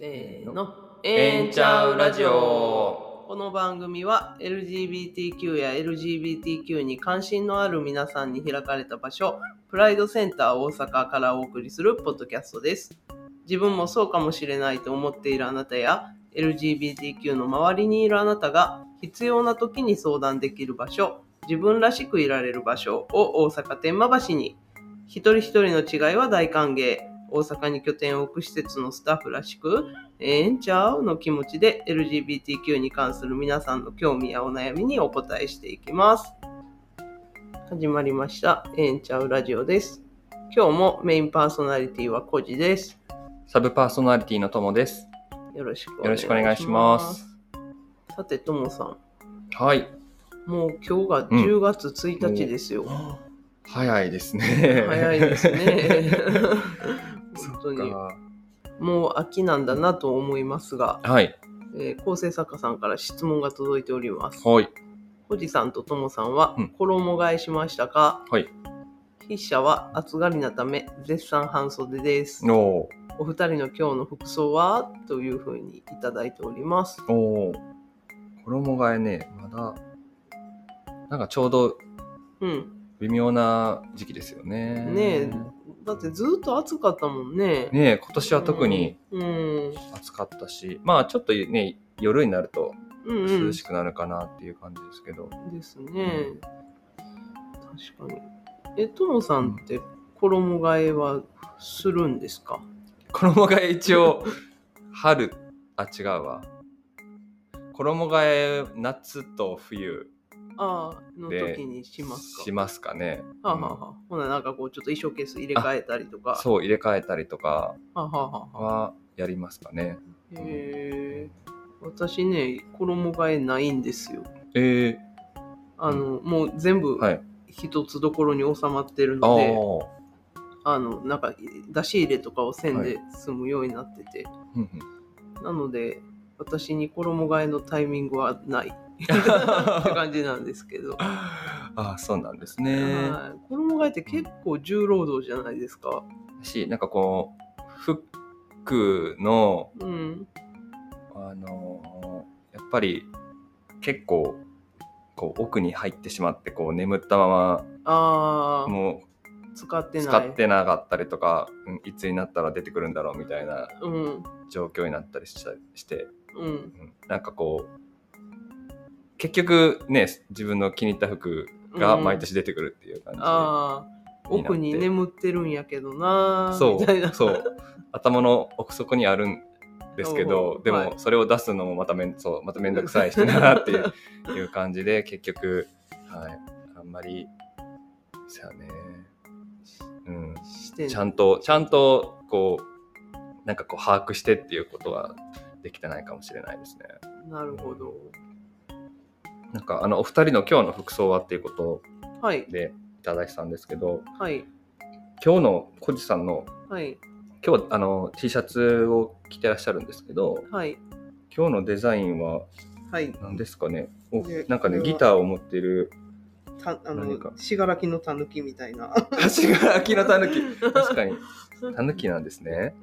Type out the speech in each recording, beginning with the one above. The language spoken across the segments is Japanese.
せーの。 えんちゃうラジオ。 この番組は LGBTQ や LGBTQ に関心のある皆さんに開かれた場所、プライドセンター大阪からお送りするポッドキャストです。自分もそうかもしれないと思っているあなたや LGBTQ の周りにいるあなたが必要な時に相談できる場所、自分らしくいられる場所を大阪天満橋に。一人一人の違いは大歓迎。大阪に拠点を置く施設のスタッフらしく、ええんちゃうの気持ちで LGBTQ に関する皆さんの興味やお悩みにお答えしていきます。始まりました。ええんちゃうラジオです。今日もメインパーソナリティはコジです。 サブパーソナリティのともです。 よろしくお願いします。 さて、ともさん。 はい。 もう今日が10月1日ですよ。 早いですね。 早いですね。本当に。もう秋なんだなと思いますが、 はい。 構成作家さんから質問が届いております。 はい。 コジさんとともさんは衣替えしましたか？ はい。 筆者は暑がりなため絶賛半袖です。お二人の今日の服装はというふうにいただいております。 衣替えね、まだなんかちょうど微妙な時期ですよね。 ねえ、だってずっと暑かったもんね。 ねえ、今年は特に暑かったし、まあちょっとね、夜になると涼しくなるかなっていう感じですけど。 ですね。確かに。ともさんって衣替えはするんですか？ 衣替え一応春、違うわ。衣替え夏と冬の時にしますか？ しますかね。 ほな、なんかこうちょっと衣装ケース入れ替えたりとか。 そう、入れ替えたりとかはやりますかね。 私ね、衣替えないんですよ。もう全部一つどころに収まってるので、なんか出し入れとかをせんで済むようになってて、なので私に衣替えのタイミングはないって感じなんですけど。 そうなんですね。 衣替えって結構重労働じゃないですか。 なんかこう服の、やっぱり結構こう奥に入ってしまってこう眠ったままもう使ってなかったりとか、いつになったら出てくるんだろうみたいな状況になったりして、なんかこう結局ね、自分の気に入った服が毎年出てくるっていう感じ奥に眠ってるんやけどなみたいな。そう頭の奥底にあるんですけど、でもそれを出すのもまためんどくさい人だなっていう感じで結局あんまりですよね。ちゃんとこうなんかこう把握してっていうことはできてないかもしれないですね。 なるほど。 なんかお二人の今日の服装はっていうことでいただいてたんですけど、今日のコジさんの、今日はT シャツを着てらっしゃるんですけど、今日のデザインは何ですかね。なんかね、ギターを持っている信楽のたぬきみたいな。 信楽のたぬき、確かにたぬきなんですね。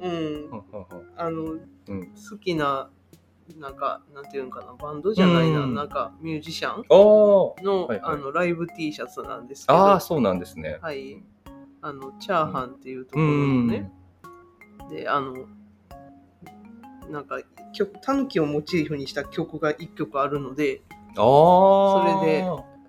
好きななんていうのかな、バンドじゃないな、なんかミュージシャンのライブ T シャツなんですけど。 そうなんですね。 チャーハンっていうところのね、でなんかタヌキをモチーフにした曲が1曲あるので、それで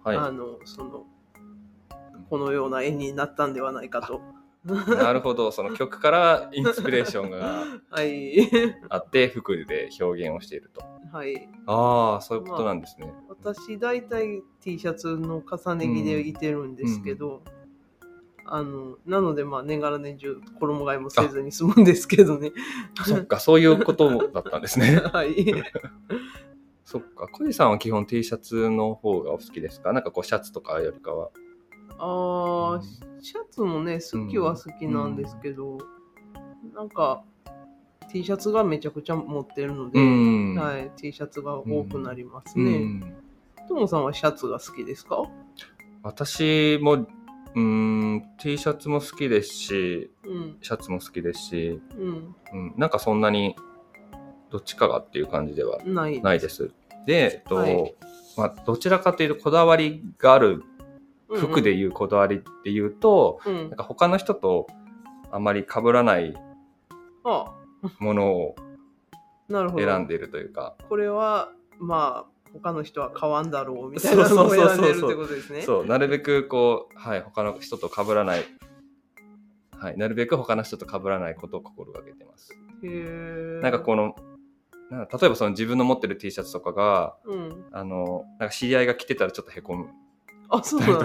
このような絵になったんではないかと。 なるほど、その曲からインスピレーションがあって服で表現をしていると。そういうことなんですね。 私だいたい T シャツの重ね着でいてるんですけど、なので年がら年中衣替えもせずに済むんですけどね。 そっか、そういうことだったんですね。そっか、コジさんは基本 T シャツの方がお好きですか？なんかこうシャツとかよりかは。 シャツもね好きは好きなんですけど、なんか T シャツがめちゃくちゃ持ってるので、T シャツが多くなりますね。ともさんはシャツが好きですか？ 私もT シャツも好きですし、シャツも好きですし、なんかそんなにどっちかがっていう感じではないです。で、どちらかというとこだわりがある服でいうこだわりっていうと、なんか他の人とあまり被らないものを選んでいるというか、 これはまあ他の人は買わんだろうみたいなのを選んでるってことですね。 そう、なるべくこう、他の人と被らない、なるべく他の人と被らないことを心がけてます。なんかこの例えばその自分の持ってる T シャツとかが、なんか知り合いが着てたらちょっとへこむ。 そうなの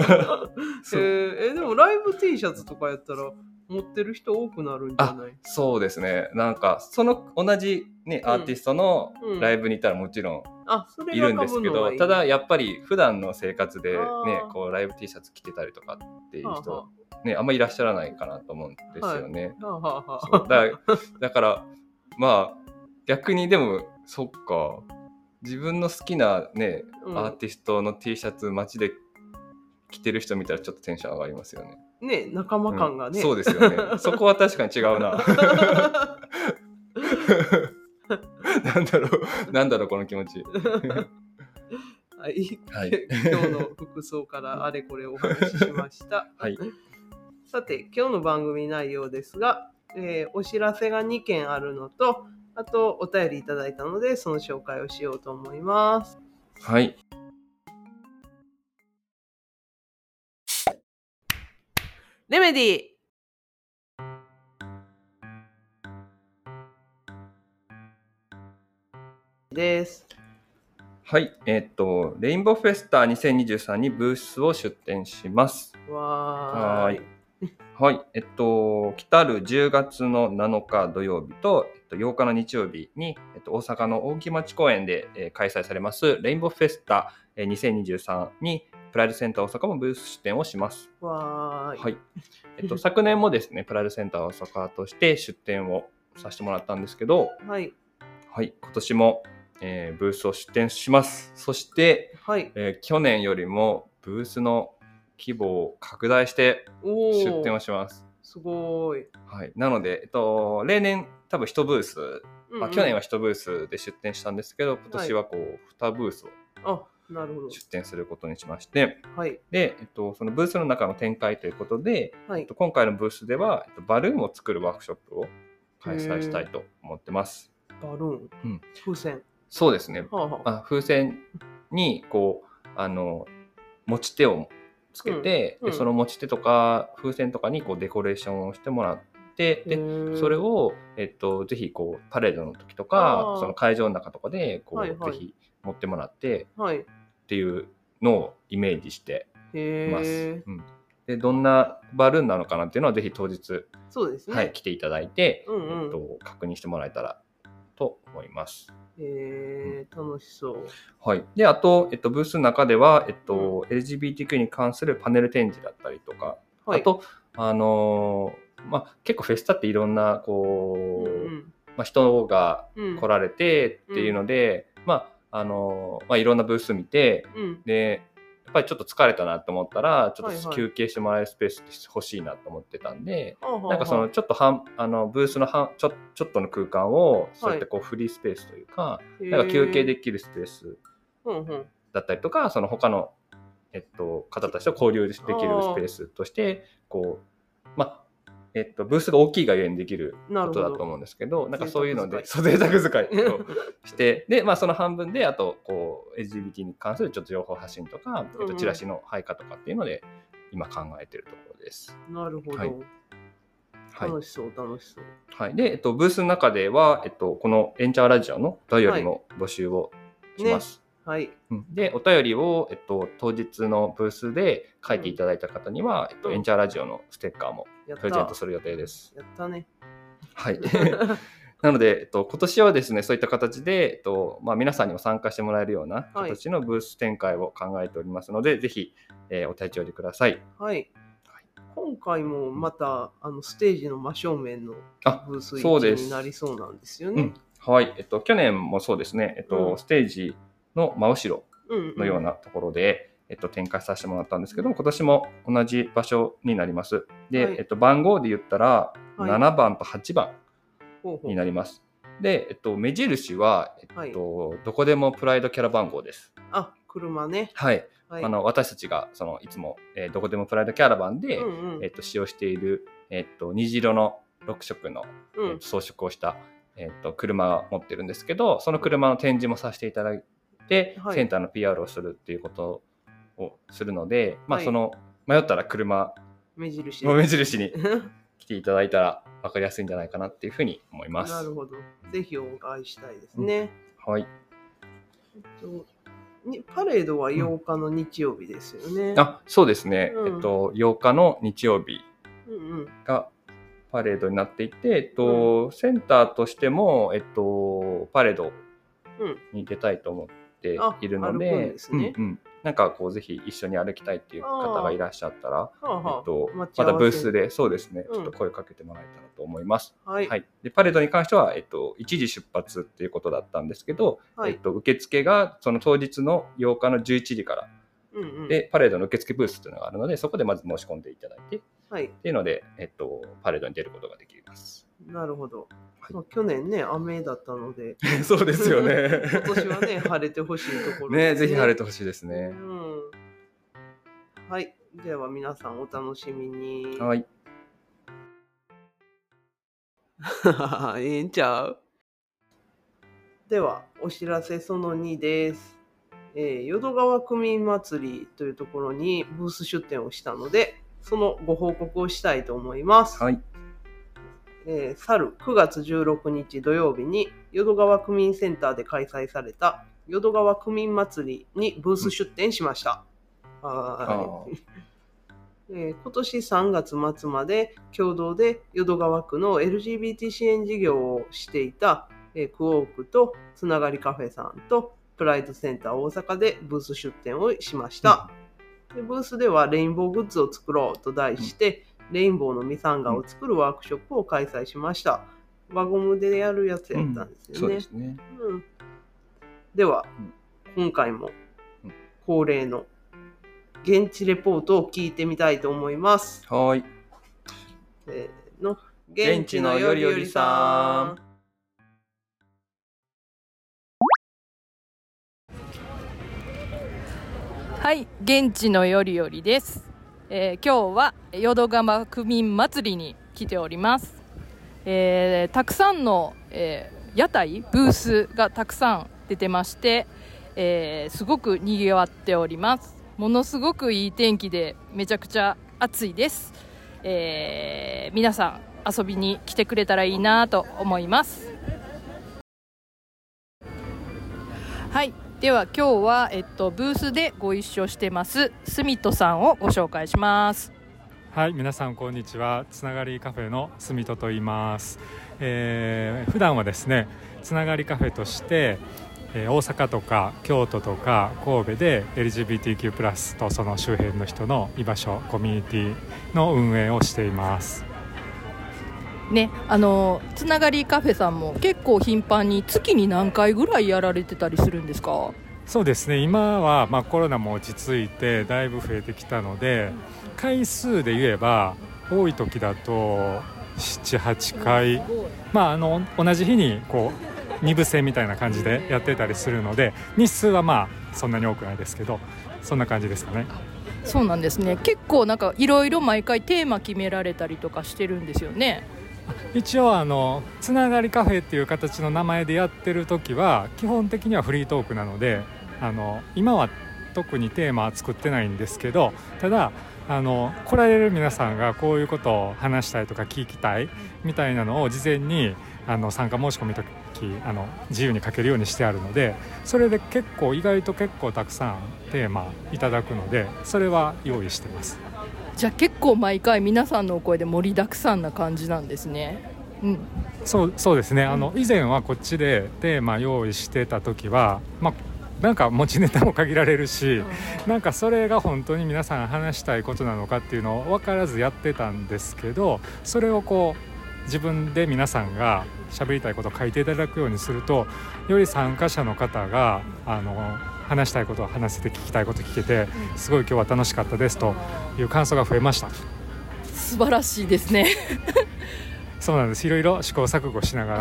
でもライブ T シャツとかやったら持ってる人多くなるんじゃない？ そうですね。なんかその同じねアーティストのライブにいたらもちろんいるんですけど、ただやっぱり普段の生活でねこうライブ T シャツ着てたりとかっていう人ねあんまりいらっしゃらないかなと思うんですよね。だからまあ逆にでもそっか、自分の好きなねアーティストの T シャツ街で着てる人見たらちょっとテンション上がりますよね。 ね、仲間感がね、 そうですよね。そこは確かに違うな。なんだろうこの気持ち。 はい、今日の服装からあれこれお話ししました。さて今日の番組内容ですが、お知らせが2件あるのと、あとお便りいただいたのでその紹介をしようと思います。 はい。 レメディです。 はい、レインボーフェスタ2023にブースを出展します。はい。来たる10月の7日土曜日と8日の日曜日に大阪の大木町公園で開催されますレインボーフェスタ2023にプライドセンター大阪もブース出展をします。昨年もですねプライドセンター大阪として出展をさせてもらったんですけど、今年もブースを出展します。そして、去年よりもブースの規模を拡大して出展をします。 すごい。 なので、例年多分1ブース、去年は1ブースで出展したんですけど、今年はこう2ブースを出展することにしまして、で、そのブースの中の展開ということで、今回のブースではバルーンを作るワークショップを開催したいと思ってます。 バルーン、風船。 そうですね。風船にこう持ち手をつけて、でその持ち手とか風船とかにこうデコレーションをしてもらって、でそれをぜひこうパレードの時とかその会場の中とかでこう、ぜひ持ってもらって、っていうのをイメージしてます。でどんなバルーンなのかなっていうのはぜひ当日そうですね、 来ていただいて、確認してもらえたらと思います。 楽しそう。 であと、ブースの中では、LGBTQ に関するパネル展示だったりとか、あと結構フェスタっていろんなこう、人が来られてっていうので、いろんなブース見て、でやっぱりちょっと疲れたなと思ったらちょっと休憩してもらえるスペースって欲しいなと思ってたんで、なんかそのちょっとブースのちょっとの空間をそうやってこうフリースペースというか、なんか休憩できるスペースだったりとか、その他の方たちと交流できるスペースとしてこうブースが大きいがゆえにできることだと思うんですけど、なんかそういうので贅沢使いをしてで、その半分であとこう LGBT に関するちょっと情報発信とか、チラシの配下とかっていうので今考えているところです。 なるほど。楽しそう楽しそう。 で、ブースの中では、このエンチャーラジオのお便りも募集をします。でお便りを、当日のブースで書いていただいた方には、エンチャーラジオのステッカーもプレゼントする予定です。 やったね。 なので、今年はですねそういった形で、皆さんにも参加してもらえるような形のブース展開を考えておりますので、ぜひ、お立ち寄りください。 今回もまたステージの真正面のブース位置になりそうなんですよね。 去年もそうですね、ステージの真後ろのようなところで、展開させてもらったんですけど、今年も同じ場所になります。で、番号で言ったら7番と8番になります。 で、目印は、どこでもプライドキャラ番号です。 あ、車ね。 はい。私たちがいつも、どこでもプライドキャラバンで、使用している、虹色の6色の、装飾をした、車を持ってるんですけど、その車の展示もさせていただいて、センターの PR をするっていうことをするので、その迷ったら車目印に来ていただいたら分かりやすいんじゃないかなっていうふうに思います。 なるほど。ぜひお会いしたいですね。 はい。 パレードは8日の日曜日ですよね。 そうですね。8日の日曜日がパレードになっていて、センターとしても、パレードに出たいと思っているので、なんかぜひ一緒に歩きたいっていう方がいらっしゃったら、またブースでそうですね、ちょっと声かけてもらえたらと思います。でパレードに関しては、1時出発っていうことだったんですけど、受付がその当日の8日の11時から、でパレードの受付ブースっていうのがあるので、そこでまず申し込んでいただいて、っていうので、パレードに出ることができます。 なるほど。去年ね、雨だったのでそうですよね。 今年はね、晴れてほしいところですね。ぜひ晴れてほしいですね。 はい。では皆さんお楽しみに。 はい。 ええんちゃう？では、お知らせその2です。淀川区民祭りというところにブース出店をしたので、そのご報告をしたいと思います。 はい。 去る9月16日土曜日に淀川区民センターで開催された淀川区民祭りにブース出展しました。今年3月末まで共同で淀川区の LGBT 支援事業をしていたクオークとつながりカフェさんとプライドセンター大阪でブース出展をしました。でブースではレインボーグッズを作ろうと題して、レインボーのミサンガを作るワークショップを開催しました。輪ゴムでやるやつやったんですよね。 そうですね。 では、今回も恒例の現地レポートを聞いてみたいと思います。 はい。 現地のよりよりさん。 はい、現地のよりよりです。今日は淀川区民祭りに来ております。たくさんの、屋台ブースがたくさん出てまして、すごく賑わっております。ものすごくいい天気でめちゃくちゃ暑いです。皆さん遊びに来てくれたらいいなと思います。はい、では今日は、ブースでご一緒してますスミトさんをご紹介します。 はい、皆さんこんにちは。つながりカフェのスミトと言います。普段はですね、つながりカフェとして、大阪とか京都とか神戸で LGBTQ+ とその周辺の人の居場所コミュニティの運営をしていますね。つながりカフェさんも結構頻繁に月に何回ぐらいやられてたりするんですか？ そうですね、今はコロナも落ち着いてだいぶ増えてきたので、回数で言えば多い時だと 7,8 回、同じ日にこう2部制みたいな感じでやってたりするので、日数はそんなに多くないですけど、そんな感じですかね。 そうなんですね。結構なんかいろいろ毎回テーマ決められたりとかしてるんですよね。 一応つながりカフェっていう形の名前でやってる時は基本的にはフリートークなので、今は特にテーマは作ってないんですけど、ただ来られる皆さんがこういうことを話したいとか聞きたいみたいなのを事前に参加申し込みとき自由に書けるようにしてあるので、それで意外と結構たくさんテーマいただくので、それは用意してます。 じゃあ結構毎回皆さんのお声で盛りだくさんな感じなんですね。 そうですね。以前はこっちでテーマ用意してた時は、なんか持ちネタも限られるし、なんかそれが本当に皆さん話したいことなのかっていうのを分からずやってたんですけど、それを自分で皆さんが喋りたいことを書いていただくようにすると、より参加者の方が話したいことを話せて、聞きたいこと聞けて、すごい今日は楽しかったですという感想が増えました。 素晴らしいですねそうなんです。いろいろ試行錯誤しながら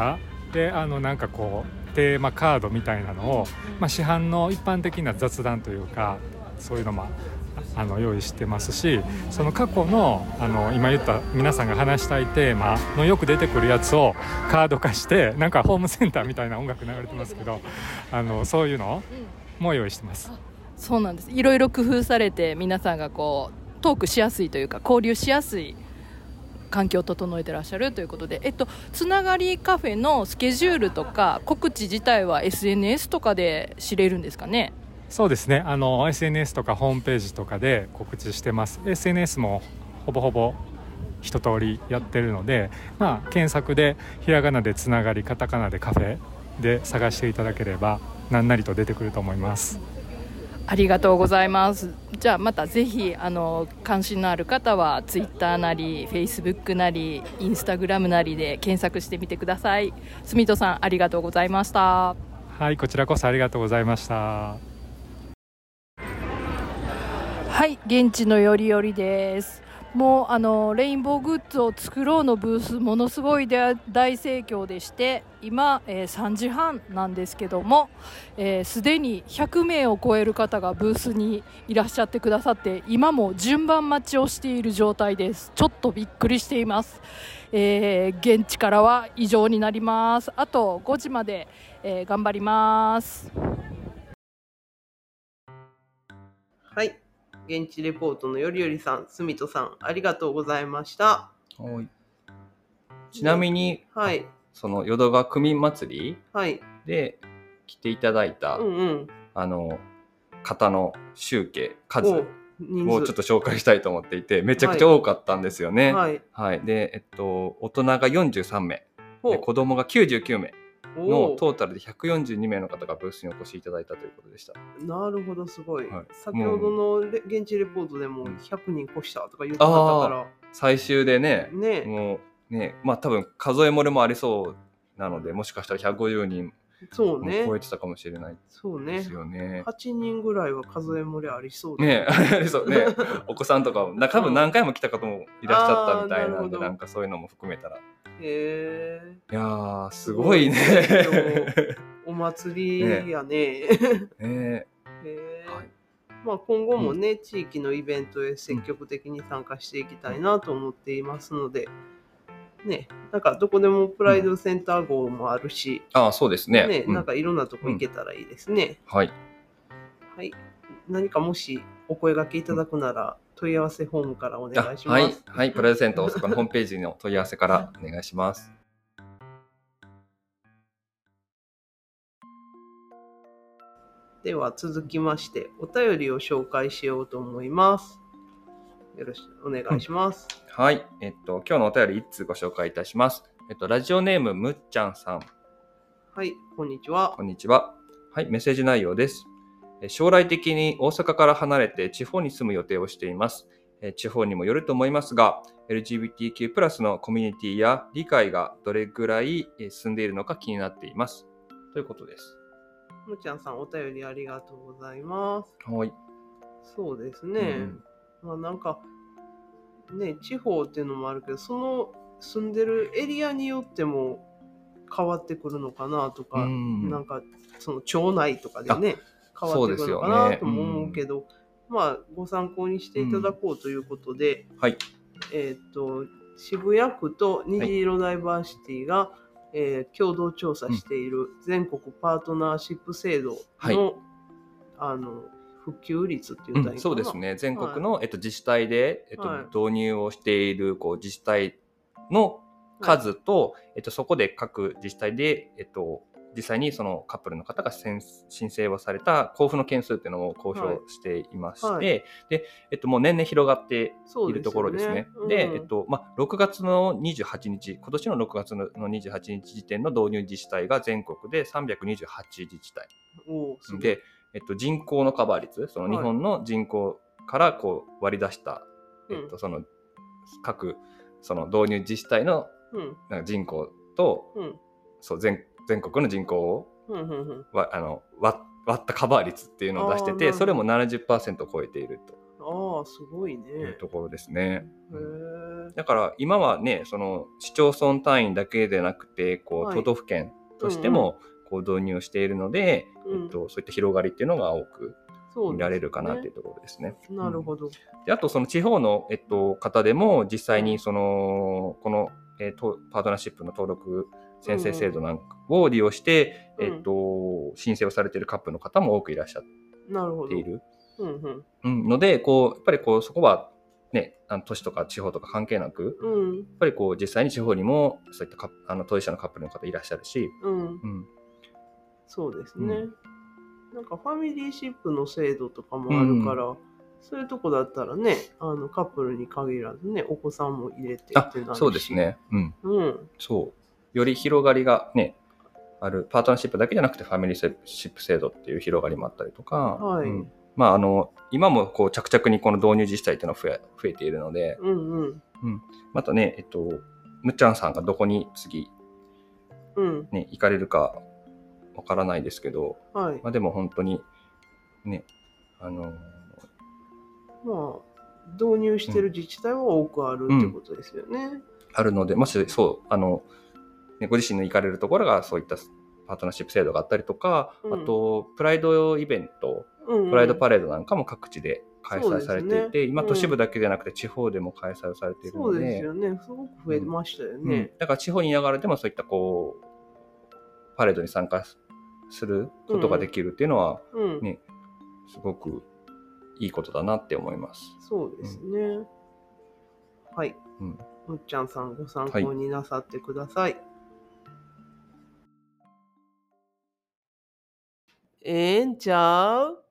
でなんかこうテーマカードみたいなのを、市販の一般的な雑談というかそういうのも用意してますし、その過去の今言った皆さんが話したいテーマのよく出てくるやつをカード化して、なんかホームセンターみたいな音楽流れてますけどそういうのも用意してます。 そうなんです。いろいろ工夫されて皆さんがこうトークしやすいというか交流しやすい環境を整えてらっしゃるということで、つながりカフェのスケジュールとか告知自体は SNS とかで知れるんですかね？ そうですね、SNS とかホームページとかで告知してます。 SNS もほぼほぼ一通りやってるので、検索でひらがなでつながり、カタカナでカフェで探していただければ何なりと出てくると思います。 ありがとうございます。じゃあまたぜひ関心のある方はツイッターなりフェイスブックなりインスタグラムなりで検索してみてください。住戸さん、ありがとうございました。 はい、こちらこそありがとうございました。 はい、現地のよりよりです。もうレインボーグッズを作ろうのブースものすごい大盛況でして、今、3時半なんですけども、すでに100名を超える方がブースにいらっしゃってくださって、今も順番待ちをしている状態です。ちょっとびっくりしています。現地からは以上になります。あと5時まで、頑張ります。 はい、現地レポートのよりよりさん、住戸さん、ありがとうございました。 はい。ちなみに、 はい、 その淀川区民祭りで来ていただいた、方の集計数をちょっと紹介したいと思っていて、めちゃくちゃ多かったんですよね。で、大人が43名で子供が99名のトータルで142名の方がブースにお越しいただいたということでした。 なるほど、すごい。先ほどの現地レポートでも100人越したとか言ってたから、 最終でね、もうね、多分数え漏れもありそうなので、もしかしたら150人超えてたかもしれないですよね。 8人ぐらいは数え漏れありそうだね。そうね。お子さんとか多分何回も来た方もいらっしゃったみたいなんで、なんかそういうのも含めたら。いやー、すごいね。 お祭りやね。今後もね、地域のイベントへ積極的に参加していきたいなと思っていますので、なんかどこでもプライドセンター号もあるし、 そうですね。 なんかいろんなとこ行けたらいいですね。 はい。 何かもしお声掛けいただくなら、問い合わせフォームからお願いします。 はい、プライドセンター大阪のホームページの問い合わせからお願いします。 では続きましてお便りを紹介しようと思います。よろしくお願いします。 はい、今日のお便り1通ご紹介いたします。ラジオネームむっちゃんさん。 はい、こんにちは。 こんにちは。はい、メッセージ内容です。将来的に大阪から離れて地方に住む予定をしています。地方にもよると思いますが、LGBTQ+ のコミュニティや理解がどれぐらい進んでいるのか気になっています。ということです。 むちゃんさん、お便りありがとうございます。 はい。 そうですね。なんかね、地方っていうのもあるけど、その住んでるエリアによっても変わってくるのかなとか、なんかその町内とかでね変わってくるのかなとも思うけど、ご参考にしていただこうということで、渋谷区と虹色ダイバーシティが、共同調査している全国パートナーシップ制度の、普及率って言ったらいいかな。 そうですね。全国の、自治体で、導入をしている自治体の数と、そこで各自治体で、実際にそのカップルの方が申請をされた交付の件数っていうのを公表していまして、で、もう年々広がっているところですね。で、6月の28日、今年の6月の28日時点の導入自治体が全国で328自治体。で、人口のカバー率、その日本の人口から割り出した、その各その導入自治体の人口と、そう全国の人口を割ったカバー率っていうのを出してて、それも 70% を超えていると。 すごいね。 いうところですね。だから今はね、その市町村単位だけでなくて都道府県としてもこう導入しているので、そういった広がりっていうのが多く見られるかなっていうところですね。 なるほど。 であとその地方の、方でも実際にこの、パートナーシップの登録宣誓制度なんかを利用して、申請をされているカップルの方も多くいらっしゃっているので、こうやっぱりこうそこはね、都市とか地方とか関係なく、やっぱりこう実際に地方にもそういった当事者のカップルの方いらっしゃるし、 そうですね。なんかファミリーシップの制度とかもあるから、そういうとこだったらね、カップルに限らずね、お子さんも入れてってなるし。 そうですね。そう。より広がりがね、あるパートナーシップだけじゃなくてファミリーシップ制度っていう広がりもあったりとか、今もこう着々にこの導入自治体っていうのは増えているので、またね、むっちゃんさんがどこに次、行かれるかわからないですけど、でも本当にね、 導入してる自治体は多くあるってことですよね。 あるので、もしそうご自身の行かれるところがそういったパートナーシップ制度があったりとか、あとプライドイベント、プライドパレードなんかも各地で開催されていて、今都市部だけじゃなくて地方でも開催されているので、 そうですよね。すごく増えましたよね。 だから地方にいながらでもそういったこうパレードに参加することができるっていうのはね、すごくいいことだなって思います。 そうですね。はい。むっちゃんさんご参考になさってください。んちゃう？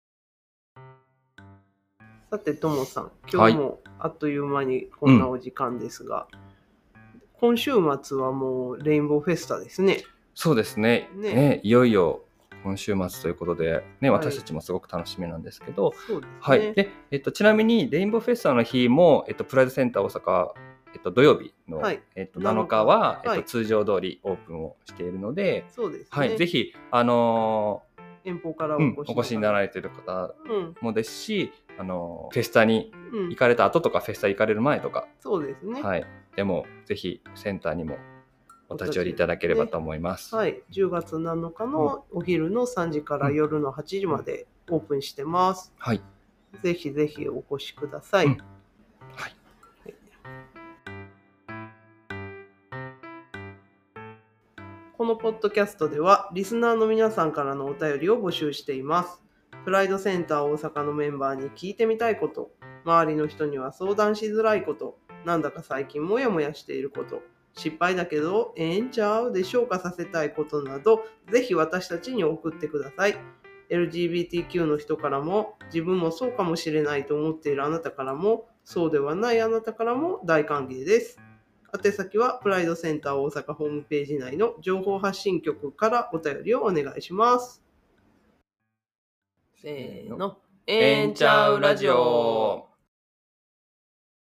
さて、ともさん、今日もあっという間にこんなお時間ですが、今週末はもうレインボーフェスタですね。 そうですね。いよいよ今週末ということで、私たちもすごく楽しみなんですけど、でちなみにレインボーフェスタの日も、プライドセンター大阪、土曜日の、7日は、通常通りオープンをしているので、 そうですね。 ぜひ、 遠方からお越しになられている方もですし、フェスタに行かれた後とか、フェスタ行かれる前とか、 そうですね。 でもぜひセンターにもお立ち寄りいただければと思います。 10月7日のお昼の3時から夜の8時までオープンしてます。ぜひぜひお越しください。このポッドキャストではリスナーの皆さんからのお便りを募集しています。プライドセンター大阪のメンバーに聞いてみたいこと、周りの人には相談しづらいこと、なんだか最近モヤモヤしていること、失敗だけどんちゃうで消化させたいことなど、ぜひ私たちに送ってください。LGBTQ の人からも、自分もそうかもしれないと思っているあなたからも、そうではないあなたからも大歓迎です。宛先はプライドセンター大阪ホームページ内の情報発信局からお便りをお願いします。せーの、んちゃうラジオ。